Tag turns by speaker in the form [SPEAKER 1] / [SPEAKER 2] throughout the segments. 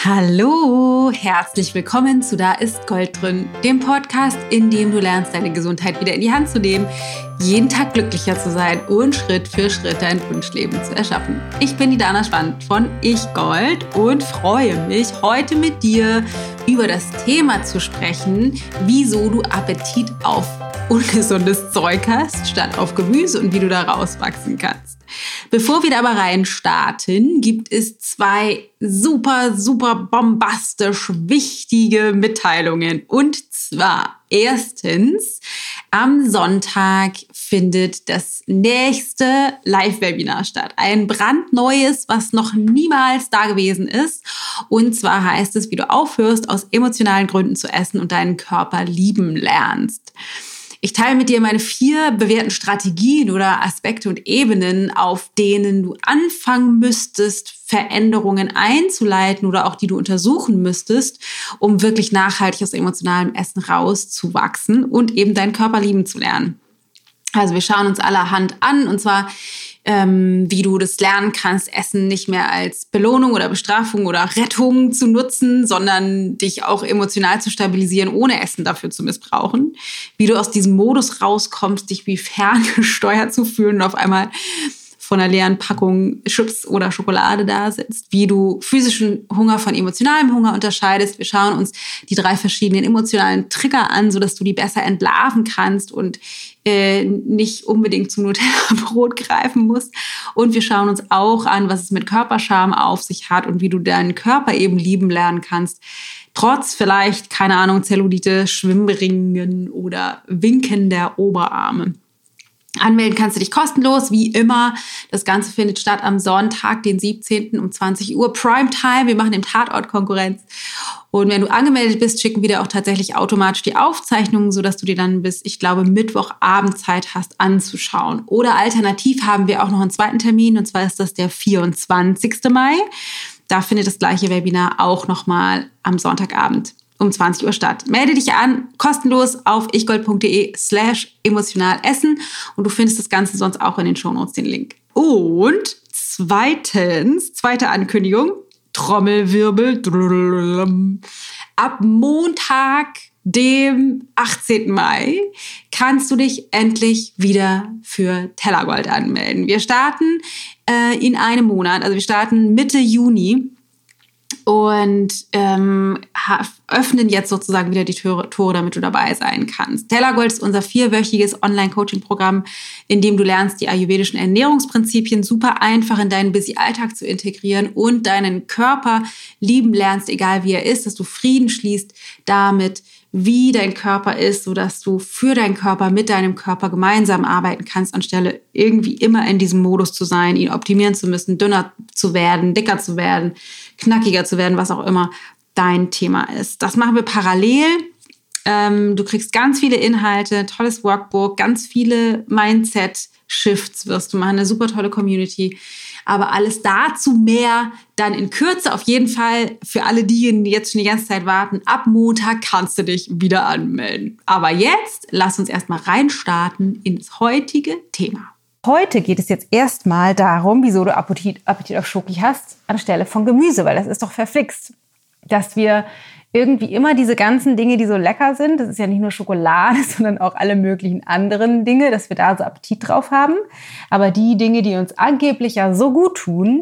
[SPEAKER 1] Hallo, herzlich willkommen zu Da ist Gold drin, dem Podcast, in dem du lernst, deine Gesundheit wieder in die Hand zu nehmen, jeden Tag glücklicher zu sein und Schritt für Schritt dein Wunschleben zu erschaffen. Ich bin die Dana Schwand von Ich Gold und freue mich, heute mit dir über das Thema zu sprechen, wieso du Appetit auf ungesundes Zeug hast, statt auf Gemüse und wie du da rauswachsen kannst. Bevor wir da aber rein starten, gibt es zwei super bombastisch wichtige Mitteilungen. Und zwar erstens, am Sonntag findet das nächste Live-Webinar statt. Ein brandneues, was noch niemals da gewesen ist. Und zwar heißt es, wie du aufhörst, aus emotionalen Gründen zu essen und deinen Körper lieben lernst. Ich teile mit dir meine 4 bewährten Strategien oder Aspekte und Ebenen, auf denen du anfangen müsstest, Veränderungen einzuleiten oder auch die du untersuchen müsstest, um wirklich nachhaltig aus emotionalem Essen rauszuwachsen und eben deinen Körper lieben zu lernen. Also wir schauen uns allerhand an, und zwar wie du das lernen kannst, Essen nicht mehr als Belohnung oder Bestrafung oder Rettung zu nutzen, sondern dich auch emotional zu stabilisieren, ohne Essen dafür zu missbrauchen. Wie du aus diesem Modus rauskommst, dich wie ferngesteuert zu fühlen und auf einmal von einer leeren Packung Chips oder Schokolade da sitzt. Wie du physischen Hunger von emotionalem Hunger unterscheidest. Wir schauen uns die 3 verschiedenen emotionalen Trigger an, sodass du die besser entlarven kannst und nicht unbedingt zum Nutella-Brot greifen musst. Und wir schauen uns auch an, was es mit Körperscham auf sich hat und wie du deinen Körper eben lieben lernen kannst. Trotz vielleicht, keine Ahnung, Zellulite, Schwimmringen oder Winken der Oberarme. Anmelden kannst du dich kostenlos, wie immer. Das Ganze findet statt am Sonntag, den 17. um 20 Uhr, Primetime. Wir machen dem Tatort Konkurrenz. Und wenn du angemeldet bist, schicken wir dir auch tatsächlich automatisch die Aufzeichnungen, sodass du dir dann bis, ich glaube, Mittwochabend Zeit hast, anzuschauen. Oder alternativ haben wir auch noch einen zweiten Termin, und zwar ist das der 24. Mai. Da findet das gleiche Webinar auch nochmal am Sonntagabend um 20 Uhr statt. Melde dich an, kostenlos auf ichgold.de/emotionalessen, und du findest das Ganze sonst auch in den Shownotes, den Link. Und zweite Ankündigung, Trommelwirbel, ab Montag, dem 18. Mai, kannst du dich endlich wieder für Tellergold anmelden. Wir starten in einem Monat, also wir starten Mitte Juni, und öffnen jetzt sozusagen wieder die Tore, damit du dabei sein kannst. Tellergold ist unser 4-wöchiges Online-Coaching-Programm, in dem du lernst, die ayurvedischen Ernährungsprinzipien super einfach in deinen Busy-Alltag zu integrieren und deinen Körper lieben lernst, egal wie er ist, dass du Frieden schließt damit, wie dein Körper ist, sodass du für deinen Körper, mit deinem Körper gemeinsam arbeiten kannst, anstelle irgendwie immer in diesem Modus zu sein, ihn optimieren zu müssen, dünner zu werden, dicker zu werden, knackiger zu werden, was auch immer dein Thema ist. Das machen wir parallel. Du kriegst ganz viele Inhalte, tolles Workbook, ganz viele Mindset-Shifts wirst du machen, eine super tolle Community. Aber alles dazu mehr dann in Kürze. Auf jeden Fall für alle diejenigen, die jetzt schon die ganze Zeit warten, ab Montag kannst du dich wieder anmelden. Aber jetzt lass uns erstmal reinstarten ins heutige Thema.
[SPEAKER 2] Heute geht es jetzt erstmal darum, wieso du Appetit auf Schoki hast, anstelle von Gemüse, weil das ist doch verflixt, dass wir irgendwie immer diese ganzen Dinge, die so lecker sind, das ist ja nicht nur Schokolade, sondern auch alle möglichen anderen Dinge, dass wir da so Appetit drauf haben. Aber die Dinge, die uns angeblich ja so gut tun,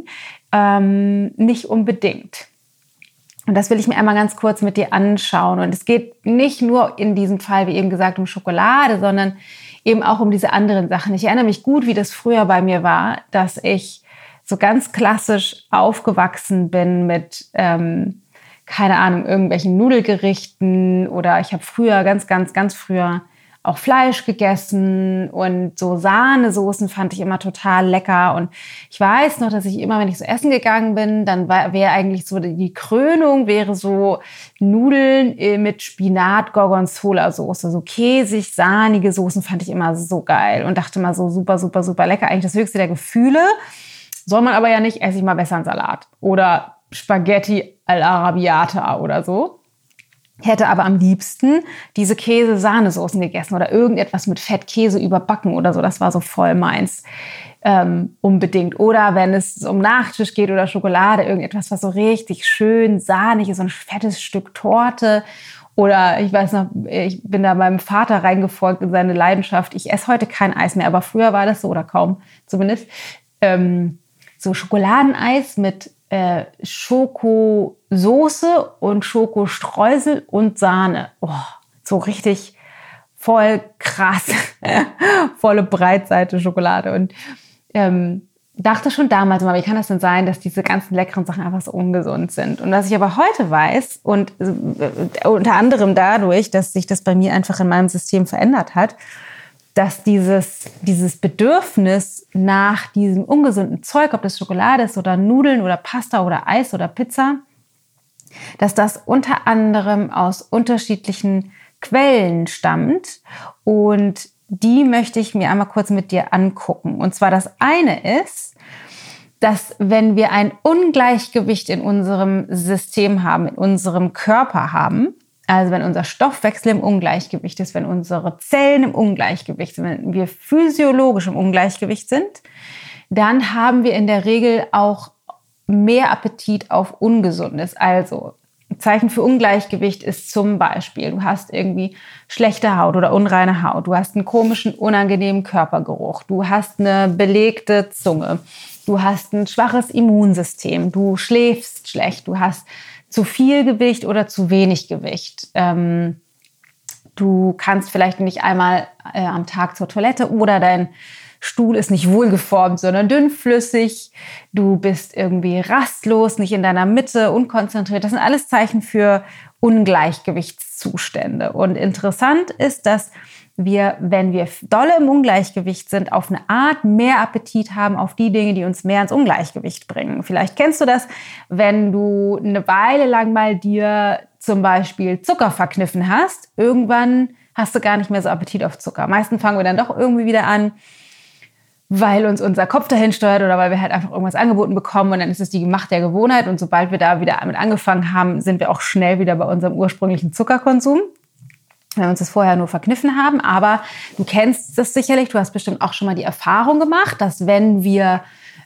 [SPEAKER 2] nicht unbedingt. Und das will ich mir einmal ganz kurz mit dir anschauen. Und es geht nicht nur in diesem Fall, wie eben gesagt, um Schokolade, sondern eben auch um diese anderen Sachen. Ich erinnere mich gut, wie das früher bei mir war, dass ich so ganz klassisch aufgewachsen bin mit keine Ahnung, irgendwelchen Nudelgerichten, oder ich habe früher, ganz früher auch Fleisch gegessen, und so Sahnesoßen fand ich immer total lecker. Und ich weiß noch, dass ich immer, wenn ich so essen gegangen bin, dann wäre eigentlich so die Krönung, wäre so Nudeln mit Spinat-Gorgonzola-Soße, so käsig, sahnige Soßen fand ich immer so geil und dachte immer so super lecker, eigentlich das höchste der Gefühle. Soll man aber ja nicht, esse ich mal besser einen Salat oder Spaghetti all'Arrabbiata oder so. Hätte aber am liebsten diese Käse-Sahnesoßen gegessen oder irgendetwas mit Fettkäse überbacken oder so. Das war so voll meins. unbedingt. Oder wenn es um Nachtisch geht oder Schokolade, irgendetwas, was so richtig schön sahnig ist, so ein fettes Stück Torte. Oder ich weiß noch, ich bin da meinem Vater reingefolgt in seine Leidenschaft. Ich esse heute kein Eis mehr, aber früher war das so, oder kaum zumindest. So Schokoladeneis mit Schokosoße und Schokostreusel und Sahne. Oh, so richtig voll krass, volle Breitseite Schokolade. Und dachte schon damals mal, wie kann das denn sein, dass diese ganzen leckeren Sachen einfach so ungesund sind? Und was ich aber heute weiß, und unter anderem dadurch, dass sich das bei mir einfach in meinem System verändert hat, dass dieses Bedürfnis nach diesem ungesunden Zeug, ob das Schokolade ist oder Nudeln oder Pasta oder Eis oder Pizza, dass das unter anderem aus unterschiedlichen Quellen stammt. Und die möchte ich mir einmal kurz mit dir angucken. Und zwar das eine ist, dass wenn wir ein Ungleichgewicht in unserem System haben, in unserem Körper haben, also wenn unser Stoffwechsel im Ungleichgewicht ist, wenn unsere Zellen im Ungleichgewicht sind, wenn wir physiologisch im Ungleichgewicht sind, dann haben wir in der Regel auch mehr Appetit auf Ungesundes. Also Zeichen für Ungleichgewicht ist zum Beispiel, du hast irgendwie schlechte Haut oder unreine Haut, du hast einen komischen, unangenehmen Körpergeruch, du hast eine belegte Zunge, du hast ein schwaches Immunsystem, du schläfst schlecht, du hast zu viel Gewicht oder zu wenig Gewicht. Du kannst vielleicht nicht einmal am Tag zur Toilette oder dein Stuhl ist nicht wohlgeformt, sondern dünnflüssig. Du bist irgendwie rastlos, nicht in deiner Mitte, unkonzentriert. Das sind alles Zeichen für Ungleichgewichtszustände. Und interessant ist, dass wir, wenn wir dolle im Ungleichgewicht sind, auf eine Art mehr Appetit haben auf die Dinge, die uns mehr ins Ungleichgewicht bringen. Vielleicht kennst du das, wenn du eine Weile lang mal dir zum Beispiel Zucker verkniffen hast. Irgendwann hast du gar nicht mehr so Appetit auf Zucker. Meistens fangen wir dann doch irgendwie wieder an, weil uns unser Kopf dahin steuert oder weil wir halt einfach irgendwas angeboten bekommen und dann ist es die Macht der Gewohnheit und sobald wir da wieder damit angefangen haben, sind wir auch schnell wieder bei unserem ursprünglichen Zuckerkonsum, wenn wir uns das vorher nur verkniffen haben. Aber du kennst das sicherlich, du hast bestimmt auch schon mal die Erfahrung gemacht, dass wenn wir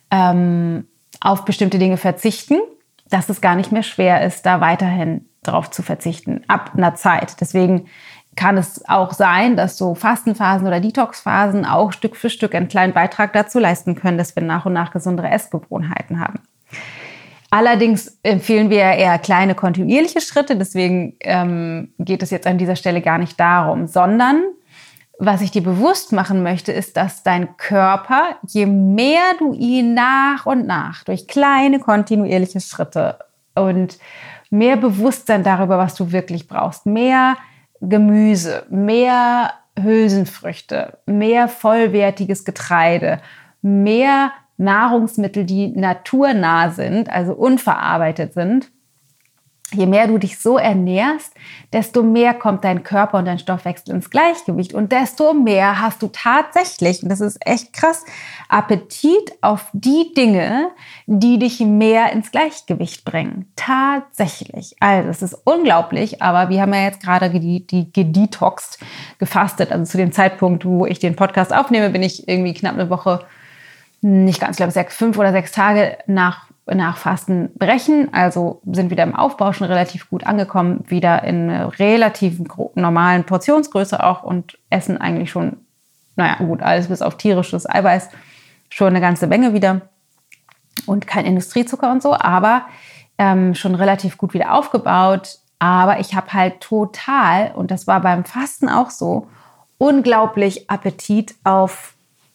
[SPEAKER 2] auf bestimmte Dinge verzichten, dass es gar nicht mehr schwer ist, da weiterhin drauf zu verzichten, ab einer Zeit. Deswegen kann es auch sein, dass so Fastenphasen oder Detoxphasen auch Stück für Stück einen kleinen Beitrag dazu leisten können, dass wir nach und nach gesundere Essgewohnheiten haben. Allerdings empfehlen wir eher kleine kontinuierliche Schritte, deswegen geht es jetzt an dieser Stelle gar nicht darum, sondern was ich dir bewusst machen möchte, ist, dass dein Körper, je mehr du ihn nach und nach durch kleine kontinuierliche Schritte und mehr Bewusstsein darüber, was du wirklich brauchst, mehr Gemüse, mehr Hülsenfrüchte, mehr vollwertiges Getreide, mehr Nahrungsmittel, die naturnah sind, also unverarbeitet sind. Je mehr du dich so ernährst, desto mehr kommt dein Körper und dein Stoffwechsel ins Gleichgewicht und desto mehr hast du tatsächlich, und das ist echt krass, Appetit auf die Dinge, die dich mehr ins Gleichgewicht bringen. Tatsächlich. Also es ist unglaublich, aber wir haben ja jetzt gerade gedetoxt, gefastet. Also zu dem Zeitpunkt, wo ich den Podcast aufnehme, bin ich irgendwie knapp eine Woche, nicht ganz, ich glaube 5 oder 6 Tage nach Fasten brechen, also sind wieder im Aufbau schon relativ gut angekommen, wieder in relativ normalen Portionsgröße auch und essen eigentlich schon, naja gut, alles bis auf tierisches Eiweiß, schon eine ganze Menge wieder und kein Industriezucker und so, aber schon relativ gut wieder aufgebaut, aber ich habe halt total, und das war beim Fasten auch so, unglaublich Appetit auf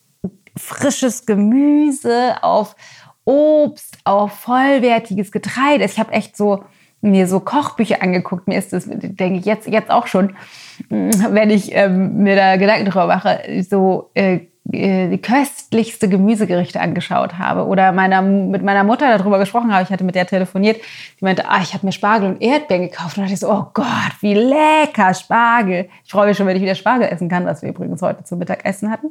[SPEAKER 2] frisches Gemüse, auf Obst, auf vollwertiges Getreide. Ich habe echt mir so Kochbücher angeguckt. Mir ist das, denke ich, jetzt auch schon, wenn ich mir da Gedanken drüber mache, so die köstlichste Gemüsegerichte angeschaut habe oder mit meiner Mutter darüber gesprochen habe. Ich hatte mit der telefoniert. Sie meinte, ich habe mir Spargel und Erdbeeren gekauft. Und da dachte ich so, oh Gott, wie lecker Spargel. Ich freue mich schon, wenn ich wieder Spargel essen kann, was wir übrigens heute zum Mittagessen hatten.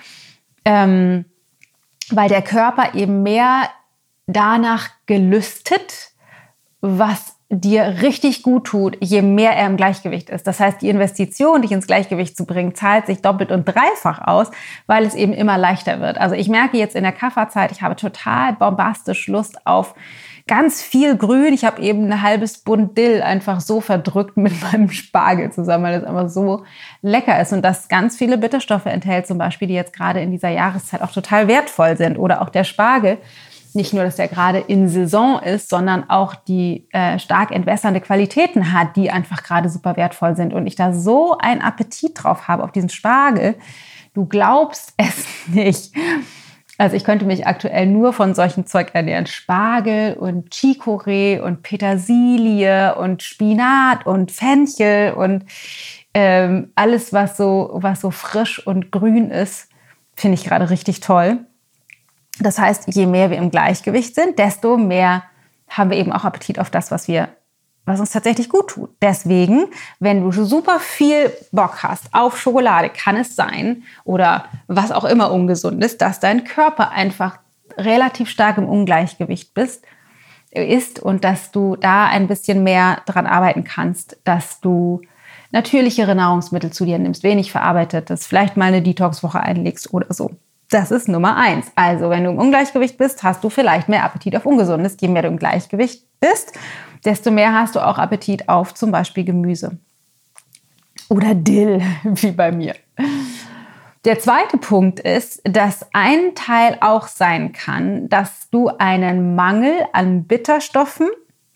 [SPEAKER 2] Weil der Körper eben mehr danach gelüstet, was dir richtig gut tut, je mehr er im Gleichgewicht ist. Das heißt, die Investition, dich ins Gleichgewicht zu bringen, zahlt sich doppelt und dreifach aus, weil es eben immer leichter wird. Also ich merke jetzt in der Kafferzeit, ich habe total bombastisch Lust auf ganz viel Grün. Ich habe eben ein halbes Bund Dill einfach so verdrückt mit meinem Spargel zusammen, weil das einfach so lecker ist und das ganz viele Bitterstoffe enthält, zum Beispiel, die jetzt gerade in dieser Jahreszeit auch total wertvoll sind. Oder auch der Spargel. Nicht nur, dass der gerade in Saison ist, sondern auch die stark entwässernde Qualitäten hat, die einfach gerade super wertvoll sind. Und ich da so einen Appetit drauf habe auf diesen Spargel. Du glaubst es nicht. Also ich könnte mich aktuell nur von solchen Zeug ernähren. Spargel und Chicorée und Petersilie und Spinat und Fenchel und alles, was so frisch und grün ist, finde ich gerade richtig toll. Das heißt, je mehr wir im Gleichgewicht sind, desto mehr haben wir eben auch Appetit auf das, was uns tatsächlich gut tut. Deswegen, wenn du super viel Bock hast auf Schokolade, kann es sein, oder was auch immer ungesund ist, dass dein Körper einfach relativ stark im Ungleichgewicht ist und dass du da ein bisschen mehr dran arbeiten kannst, dass du natürlichere Nahrungsmittel zu dir nimmst, wenig verarbeitetes, vielleicht mal eine Detox-Woche einlegst oder so. Das ist Nummer 1. Also, wenn du im Ungleichgewicht bist, hast du vielleicht mehr Appetit auf Ungesundes. Je mehr du im Gleichgewicht bist, desto mehr hast du auch Appetit auf zum Beispiel Gemüse. Oder Dill, wie bei mir. Der zweite Punkt ist, dass ein Teil auch sein kann, dass du einen Mangel an Bitterstoffen,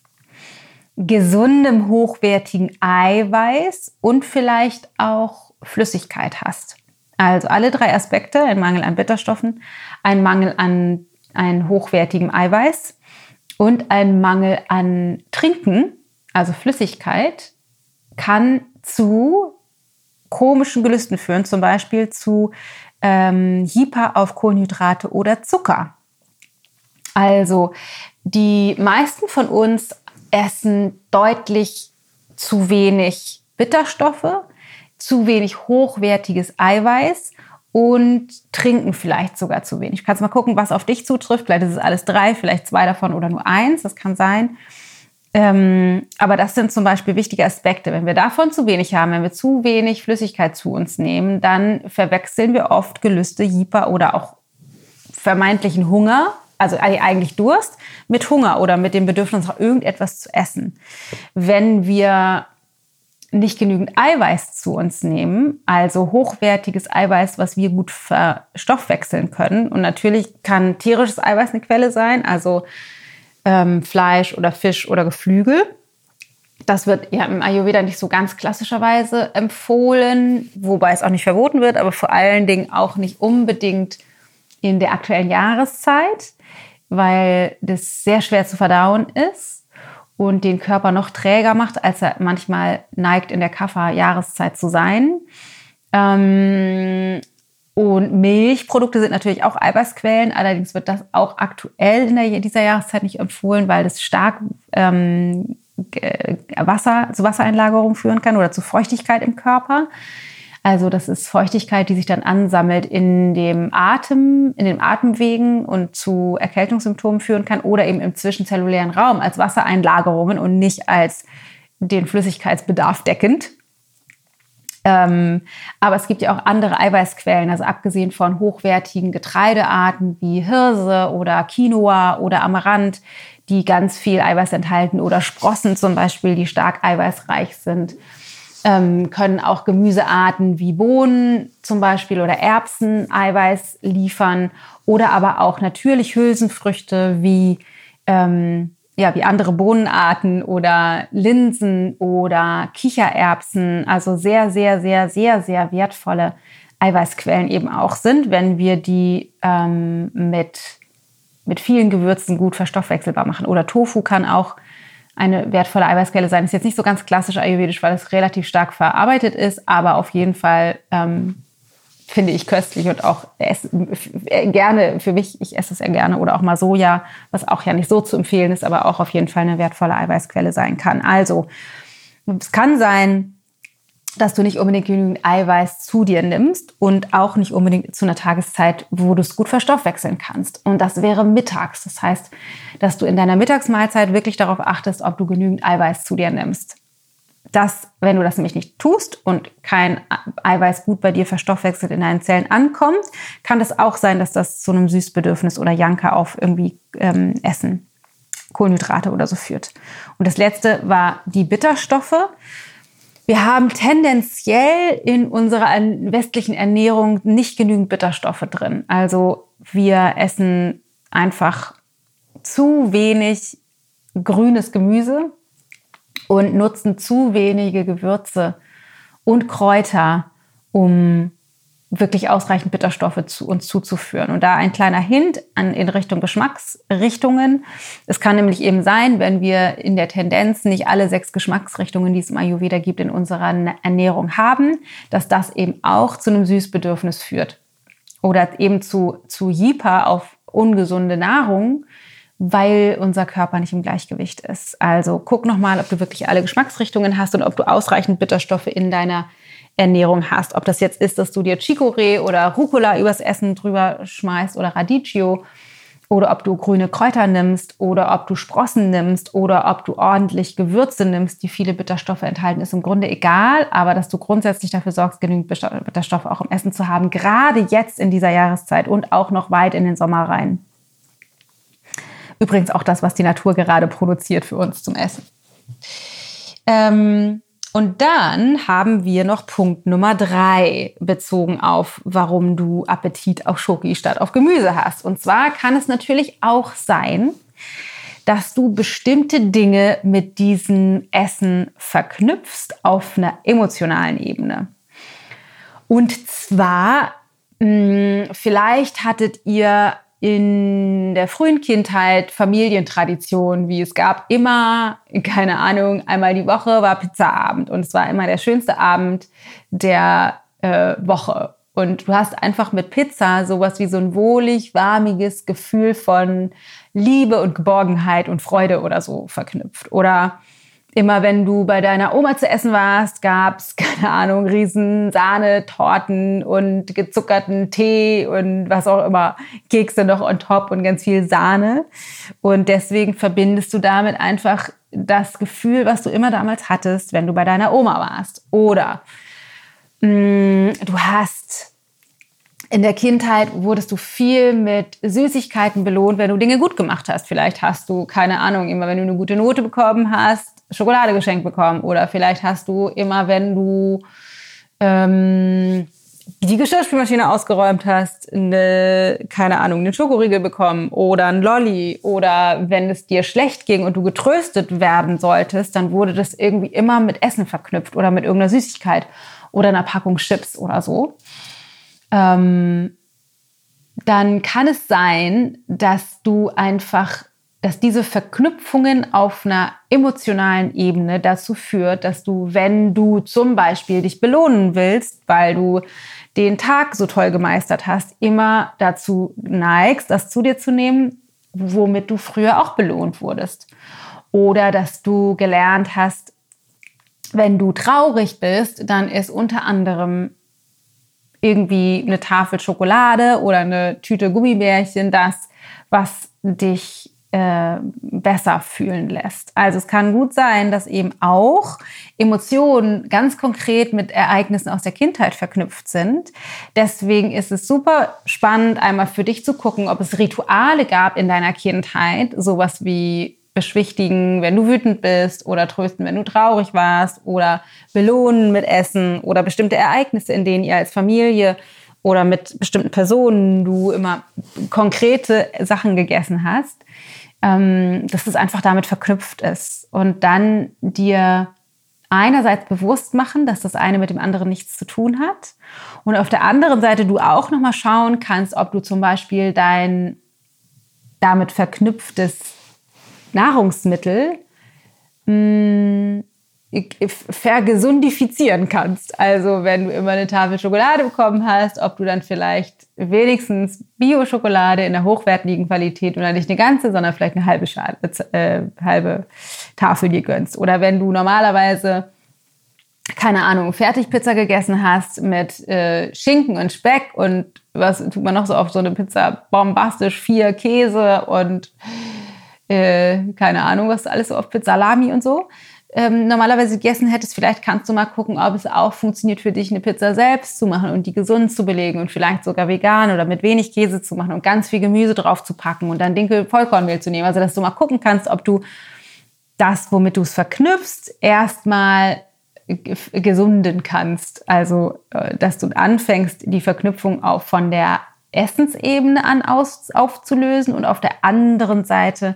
[SPEAKER 2] gesundem, hochwertigen Eiweiß und vielleicht auch Flüssigkeit hast. Also alle 3 Aspekte, ein Mangel an Bitterstoffen, ein Mangel an einem hochwertigen Eiweiß und ein Mangel an Trinken, also Flüssigkeit, kann zu komischen Gelüsten führen, zum Beispiel zu Hyper auf Kohlenhydrate oder Zucker. Also die meisten von uns essen deutlich zu wenig Bitterstoffe, zu wenig hochwertiges Eiweiß und trinken vielleicht sogar zu wenig. Du kannst mal gucken, was auf dich zutrifft. Vielleicht ist es alles 3, vielleicht 2 davon oder nur 1. Das kann sein. Aber das sind zum Beispiel wichtige Aspekte. Wenn wir davon zu wenig haben, wenn wir zu wenig Flüssigkeit zu uns nehmen, dann verwechseln wir oft Gelüste, Hyper oder auch vermeintlichen Hunger, also eigentlich Durst, mit Hunger oder mit dem Bedürfnis, noch irgendetwas zu essen. Wenn wir nicht genügend Eiweiß zu uns nehmen, also hochwertiges Eiweiß, was wir gut verstoffwechseln können. Und natürlich kann tierisches Eiweiß eine Quelle sein, also Fleisch oder Fisch oder Geflügel. Das wird ja im Ayurveda nicht so ganz klassischerweise empfohlen, wobei es auch nicht verboten wird, aber vor allen Dingen auch nicht unbedingt in der aktuellen Jahreszeit, weil das sehr schwer zu verdauen ist und den Körper noch träger macht, als er manchmal neigt, in der Kaffer-Jahreszeit zu sein. Und Milchprodukte sind natürlich auch Eiweißquellen, allerdings wird das auch aktuell in dieser Jahreszeit nicht empfohlen, weil das stark zu Wassereinlagerung führen kann oder zu Feuchtigkeit im Körper. Also das ist Feuchtigkeit, die sich dann ansammelt in den Atemwegen und zu Erkältungssymptomen führen kann oder eben im zwischenzellulären Raum als Wassereinlagerungen und nicht als den Flüssigkeitsbedarf deckend. Aber es gibt ja auch andere Eiweißquellen, also abgesehen von hochwertigen Getreidearten wie Hirse oder Quinoa oder Amaranth, die ganz viel Eiweiß enthalten, oder Sprossen zum Beispiel, die stark eiweißreich sind. Können auch Gemüsearten wie Bohnen zum Beispiel oder Erbsen Eiweiß liefern oder aber auch natürlich Hülsenfrüchte wie andere Bohnenarten oder Linsen oder Kichererbsen, also sehr, sehr, sehr, sehr, sehr wertvolle Eiweißquellen eben auch sind, wenn wir die mit vielen Gewürzen gut verstoffwechselbar machen. Oder Tofu kann auch eine wertvolle Eiweißquelle sein. Ist jetzt nicht so ganz klassisch ayurvedisch, weil es relativ stark verarbeitet ist, aber auf jeden Fall finde ich köstlich und auch gerne für mich. Ich esse es sehr gerne. Oder auch mal Soja, was auch ja nicht so zu empfehlen ist, aber auch auf jeden Fall eine wertvolle Eiweißquelle sein kann. Also es kann sein, dass du nicht unbedingt genügend Eiweiß zu dir nimmst und auch nicht unbedingt zu einer Tageszeit, wo du es gut verstoffwechseln kannst. Und das wäre mittags. Das heißt, dass du in deiner Mittagsmahlzeit wirklich darauf achtest, ob du genügend Eiweiß zu dir nimmst. Wenn du das nämlich nicht tust und kein Eiweiß gut bei dir verstoffwechselt in deinen Zellen ankommt, kann das auch sein, dass das zu einem Süßbedürfnis oder Janker auf irgendwie Essen, Kohlenhydrate oder so führt. Und das letzte war die Bitterstoffe. Wir haben tendenziell in unserer westlichen Ernährung nicht genügend Bitterstoffe drin. Also wir essen einfach zu wenig grünes Gemüse und nutzen zu wenige Gewürze und Kräuter, um wirklich ausreichend Bitterstoffe zu uns zuzuführen. Und da ein kleiner Hint in Richtung Geschmacksrichtungen. Es kann nämlich eben sein, wenn wir in der Tendenz nicht alle 6 Geschmacksrichtungen, die es im Ayurveda gibt, in unserer Ernährung haben, dass das eben auch zu einem Süßbedürfnis führt. Oder eben zu Jipa auf ungesunde Nahrung, weil unser Körper nicht im Gleichgewicht ist. Also guck nochmal, ob du wirklich alle Geschmacksrichtungen hast und ob du ausreichend Bitterstoffe in deiner Ernährung hast. Ob das jetzt ist, dass du dir Chicorée oder Rucola übers Essen drüber schmeißt oder Radicchio oder ob du grüne Kräuter nimmst oder ob du Sprossen nimmst oder ob du ordentlich Gewürze nimmst, die viele Bitterstoffe enthalten, ist im Grunde egal, aber dass du grundsätzlich dafür sorgst, genügend Bitterstoffe auch im Essen zu haben, gerade jetzt in dieser Jahreszeit und auch noch weit in den Sommer rein. Übrigens auch das, was die Natur gerade produziert für uns zum Essen. Und dann haben wir noch Punkt Nummer 3 bezogen auf, warum du Appetit auf Schoki statt auf Gemüse hast. Und zwar kann es natürlich auch sein, dass du bestimmte Dinge mit diesem Essen verknüpfst auf einer emotionalen Ebene. Und zwar, vielleicht hattet ihr in der frühen Kindheit Familientradition, wie es gab immer, keine Ahnung, einmal die Woche war Pizzaabend und es war immer der schönste Abend der Woche. Und du hast einfach mit Pizza sowas wie so ein wohlig, warmiges Gefühl von Liebe und Geborgenheit und Freude oder so verknüpft. Oder immer wenn du bei deiner Oma zu essen warst, gab es, keine Ahnung, riesen Sahnetorten und gezuckerten Tee und was auch immer, Kekse noch on top und ganz viel Sahne. Und deswegen verbindest du damit einfach das Gefühl, was du immer damals hattest, wenn du bei deiner Oma warst. Oder du hast in der Kindheit wurdest du viel mit Süßigkeiten belohnt, wenn du Dinge gut gemacht hast. Vielleicht hast du, keine Ahnung, immer wenn du eine gute Note bekommen hast, Schokolade geschenkt bekommen. Oder vielleicht hast du immer, wenn du die Geschirrspülmaschine ausgeräumt hast, keine Ahnung, einen Schokoriegel bekommen oder ein Lolli. Oder wenn es dir schlecht ging und du getröstet werden solltest, dann wurde das irgendwie immer mit Essen verknüpft oder mit irgendeiner Süßigkeit oder einer Packung Chips oder so. Dann kann es sein, dass diese Verknüpfungen auf einer emotionalen Ebene dazu führt, dass du, wenn du zum Beispiel dich belohnen willst, weil du den Tag so toll gemeistert hast, immer dazu neigst, das zu dir zu nehmen, womit du früher auch belohnt wurdest. Oder dass du gelernt hast, wenn du traurig bist, dann ist unter anderem irgendwie eine Tafel Schokolade oder eine Tüte Gummibärchen das, was dich besser fühlen lässt. Also es kann gut sein, dass eben auch Emotionen ganz konkret mit Ereignissen aus der Kindheit verknüpft sind. Deswegen ist es super spannend, einmal für dich zu gucken, ob es Rituale gab in deiner Kindheit, sowas wie beschwichtigen, wenn du wütend bist oder trösten, wenn du traurig warst oder belohnen mit Essen oder bestimmte Ereignisse, in denen ihr als Familie oder mit bestimmten Personen du immer konkrete Sachen gegessen hast, dass es einfach damit verknüpft ist. Und dann dir einerseits bewusst machen, dass das eine mit dem anderen nichts zu tun hat. Und auf der anderen Seite du auch nochmal schauen kannst, ob du zum Beispiel dein damit verknüpftes Nahrungsmittel vergesundifizieren kannst. Also wenn du immer eine Tafel Schokolade bekommen hast, ob du dann vielleicht wenigstens Bio-Schokolade in der hochwertigen Qualität oder nicht eine ganze, sondern vielleicht eine halbe Tafel dir gönnst. Oder wenn du normalerweise keine Ahnung, Fertigpizza gegessen hast mit Schinken und Speck und was tut man noch so auf so eine Pizza? Bombastisch 4 Käse und keine Ahnung, was du alles so auf Pizza, Salami und so. Normalerweise gegessen hättest, vielleicht kannst du mal gucken, ob es auch funktioniert für dich, eine Pizza selbst zu machen und die gesund zu belegen und vielleicht sogar vegan oder mit wenig Käse zu machen und ganz viel Gemüse drauf zu packen und dann Dinkel Vollkornmehl zu nehmen. Also, dass du mal gucken kannst, ob du das, womit du es verknüpfst, erstmal gesunden kannst. Also, dass du anfängst, die Verknüpfung auch von der Essensebene an aufzulösen und auf der anderen Seite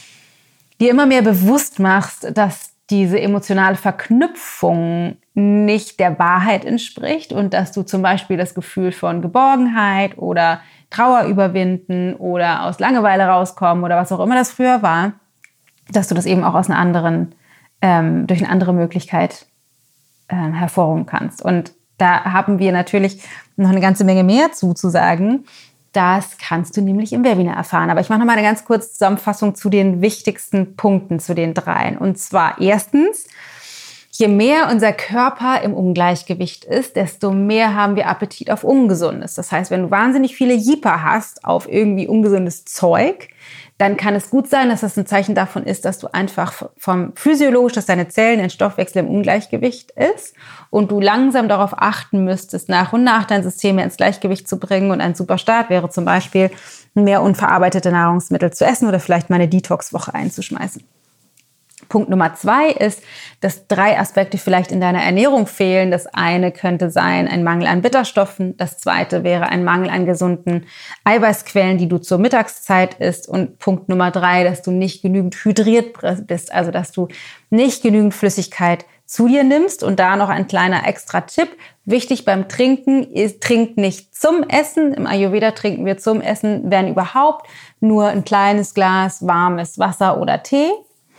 [SPEAKER 2] dir immer mehr bewusst machst, dass diese emotionale Verknüpfung nicht der Wahrheit entspricht und dass du zum Beispiel das Gefühl von Geborgenheit oder Trauer überwinden oder aus Langeweile rauskommen oder was auch immer das früher war, dass du das eben auch aus einer anderen, durch eine andere Möglichkeit hervorholen kannst. Und da haben wir natürlich noch eine ganze Menge mehr zu sagen. Das kannst du nämlich im Webinar erfahren. Aber ich mache noch mal eine ganz kurze Zusammenfassung zu den wichtigsten Punkten, zu den 3. Und zwar erstens, je mehr unser Körper im Ungleichgewicht ist, desto mehr haben wir Appetit auf Ungesundes. Das heißt, wenn du wahnsinnig viele Jieper hast auf irgendwie ungesundes Zeug, dann kann es gut sein, dass das ein Zeichen davon ist, dass du einfach physiologisch, dass deine Zellen, dein Stoffwechsel im Ungleichgewicht ist und du langsam darauf achten müsstest, nach und nach dein System mehr ins Gleichgewicht zu bringen. Und ein super Start wäre zum Beispiel, mehr unverarbeitete Nahrungsmittel zu essen oder vielleicht mal eine Detox-Woche einzuschmeißen. Punkt Nummer 2 ist, dass 3 Aspekte vielleicht in deiner Ernährung fehlen. Das eine könnte sein ein Mangel an Bitterstoffen. Das zweite wäre ein Mangel an gesunden Eiweißquellen, die du zur Mittagszeit isst. Und Punkt Nummer 3, dass du nicht genügend hydriert bist, also dass du nicht genügend Flüssigkeit zu dir nimmst. Und da noch ein kleiner extra Tipp. Wichtig beim Trinken ist, trink nicht zum Essen. Im Ayurveda trinken wir zum Essen, wenn überhaupt, nur ein kleines Glas warmes Wasser oder Tee.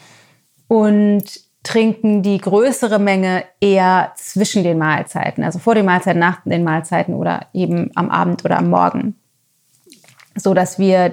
[SPEAKER 2] Und trinken die größere Menge eher zwischen den Mahlzeiten, also vor den Mahlzeiten, nach den Mahlzeiten oder eben am Abend oder am Morgen, so dass wir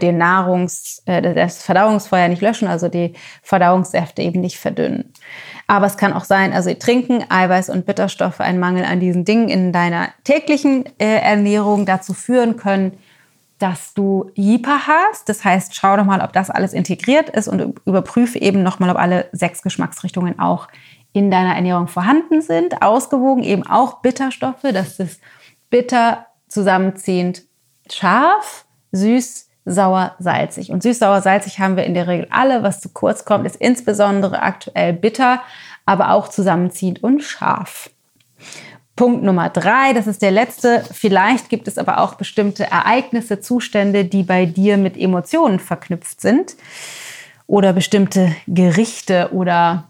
[SPEAKER 2] das Verdauungsfeuer nicht löschen, also die Verdauungssäfte eben nicht verdünnen. Aber es kann auch sein, also Trinken, Eiweiß und Bitterstoffe, ein Mangel an diesen Dingen in deiner täglichen Ernährung dazu führen können, dass du Jieper hast. Das heißt, schau doch mal, ob das alles integriert ist und überprüfe eben nochmal, ob alle 6 Geschmacksrichtungen auch in deiner Ernährung vorhanden sind. Ausgewogen eben auch Bitterstoffe, das ist bitter, zusammenziehend, scharf, süß, sauer, salzig. Und süß, sauer, salzig haben wir in der Regel alle. Was zu kurz kommt, ist insbesondere aktuell bitter, aber auch zusammenziehend und scharf. Punkt Nummer 3, das ist der letzte. Vielleicht gibt es aber auch bestimmte Ereignisse, Zustände, die bei dir mit Emotionen verknüpft sind oder bestimmte Gerichte oder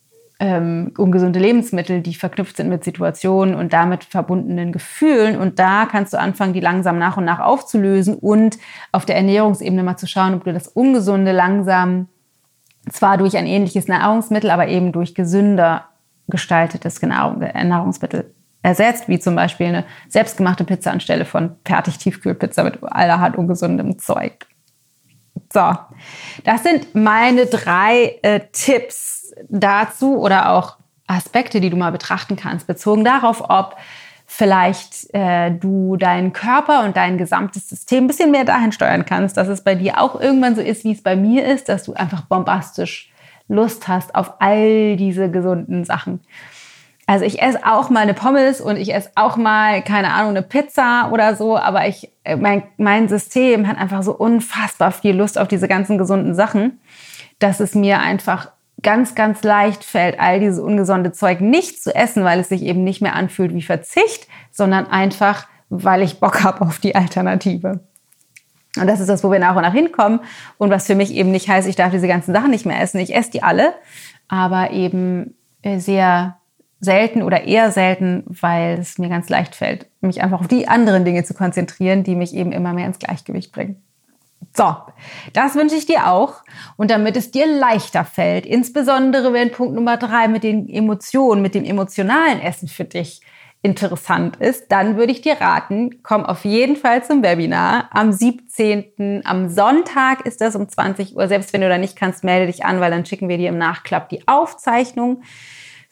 [SPEAKER 2] ungesunde Lebensmittel, die verknüpft sind mit Situationen und damit verbundenen Gefühlen. Und da kannst du anfangen, die langsam nach und nach aufzulösen und auf der Ernährungsebene mal zu schauen, ob du das Ungesunde langsam zwar durch ein ähnliches Nahrungsmittel, aber eben durch gesünder gestaltetes Nahrungsmittel ersetzt, wie zum Beispiel eine selbstgemachte Pizza anstelle von Fertig-Tiefkühlpizza mit allerhand ungesundem Zeug. So, das sind meine 3 Tipps dazu oder auch Aspekte, die du mal betrachten kannst, bezogen darauf, ob vielleicht du deinen Körper und dein gesamtes System ein bisschen mehr dahin steuern kannst, dass es bei dir auch irgendwann so ist, wie es bei mir ist, dass du einfach bombastisch Lust hast auf all diese gesunden Sachen. Also ich esse auch mal eine Pommes und ich esse auch mal, keine Ahnung, eine Pizza oder so, aber mein System hat einfach so unfassbar viel Lust auf diese ganzen gesunden Sachen, dass es mir einfach ganz, ganz leicht fällt, all dieses ungesunde Zeug nicht zu essen, weil es sich eben nicht mehr anfühlt wie Verzicht, sondern einfach, weil ich Bock habe auf die Alternative. Und das ist das, wo wir nach und nach hinkommen und was für mich eben nicht heißt, ich darf diese ganzen Sachen nicht mehr essen. Ich esse die alle, aber eben sehr selten oder eher selten, weil es mir ganz leicht fällt, mich einfach auf die anderen Dinge zu konzentrieren, die mich eben immer mehr ins Gleichgewicht bringen. So, das wünsche ich dir auch. Und damit es dir leichter fällt, insbesondere wenn Punkt Nummer 3 mit den Emotionen, mit dem emotionalen Essen für dich interessant ist, dann würde ich dir raten, komm auf jeden Fall zum Webinar am 17. Am Sonntag ist das um 20 Uhr. Selbst wenn du da nicht kannst, melde dich an, weil dann schicken wir dir im Nachklapp die Aufzeichnung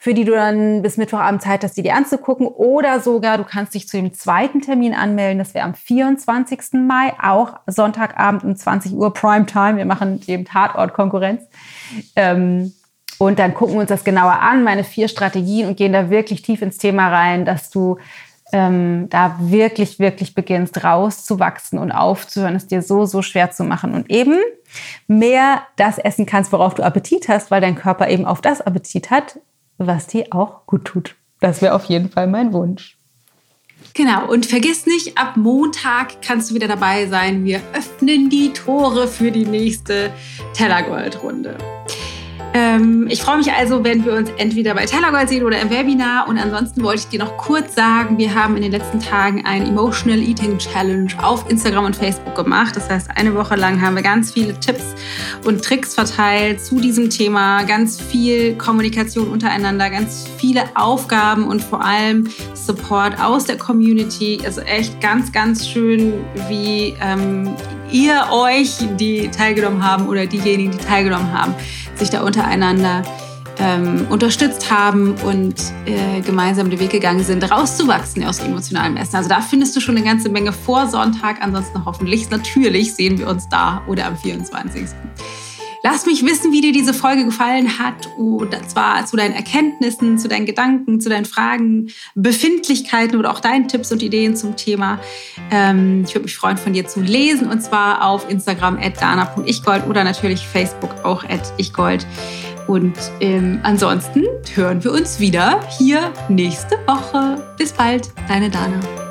[SPEAKER 2] für die du dann bis Mittwochabend Zeit hast, die dir anzugucken. Oder sogar, du kannst dich zu dem zweiten Termin anmelden. Das wäre am 24. Mai, auch Sonntagabend um 20 Uhr Primetime. Wir machen dem Tatort Konkurrenz. Und dann gucken wir uns das genauer an, meine 4 Strategien, und gehen da wirklich tief ins Thema rein, dass du da wirklich, wirklich beginnst rauszuwachsen und aufzuhören, es dir so, so schwer zu machen. Und eben mehr das essen kannst, worauf du Appetit hast, weil dein Körper eben auf das Appetit hat, was dir auch gut tut. Das wäre auf jeden Fall mein Wunsch.
[SPEAKER 1] Genau, und vergiss nicht, ab Montag kannst du wieder dabei sein. Wir öffnen die Tore für die nächste Tellergold-Runde. Ich freue mich also, wenn wir uns entweder bei Tellergold sehen oder im Webinar. Und ansonsten wollte ich dir noch kurz sagen, wir haben in den letzten Tagen eine Emotional Eating Challenge auf Instagram und Facebook gemacht. Das heißt, eine Woche lang haben wir ganz viele Tipps und Tricks verteilt zu diesem Thema. Ganz viel Kommunikation untereinander, ganz viele Aufgaben und vor allem Support aus der Community. Also echt ganz, ganz schön, wie ihr euch, die teilgenommen haben oder diejenigen, die teilgenommen haben, sich da untereinander unterstützt haben und gemeinsam den Weg gegangen sind, rauszuwachsen aus emotionalem Essen. Also da findest du schon eine ganze Menge vor Sonntag. Ansonsten hoffentlich, natürlich sehen wir uns da oder am 24. Lass mich wissen, wie dir diese Folge gefallen hat, und zwar zu deinen Erkenntnissen, zu deinen Gedanken, zu deinen Fragen, Befindlichkeiten oder auch deinen Tipps und Ideen zum Thema. Ich würde mich freuen, von dir zu lesen, und zwar auf Instagram @dana.ichgold oder natürlich Facebook auch @ichgold. Und ansonsten hören wir uns wieder hier nächste Woche. Bis bald, deine Dana.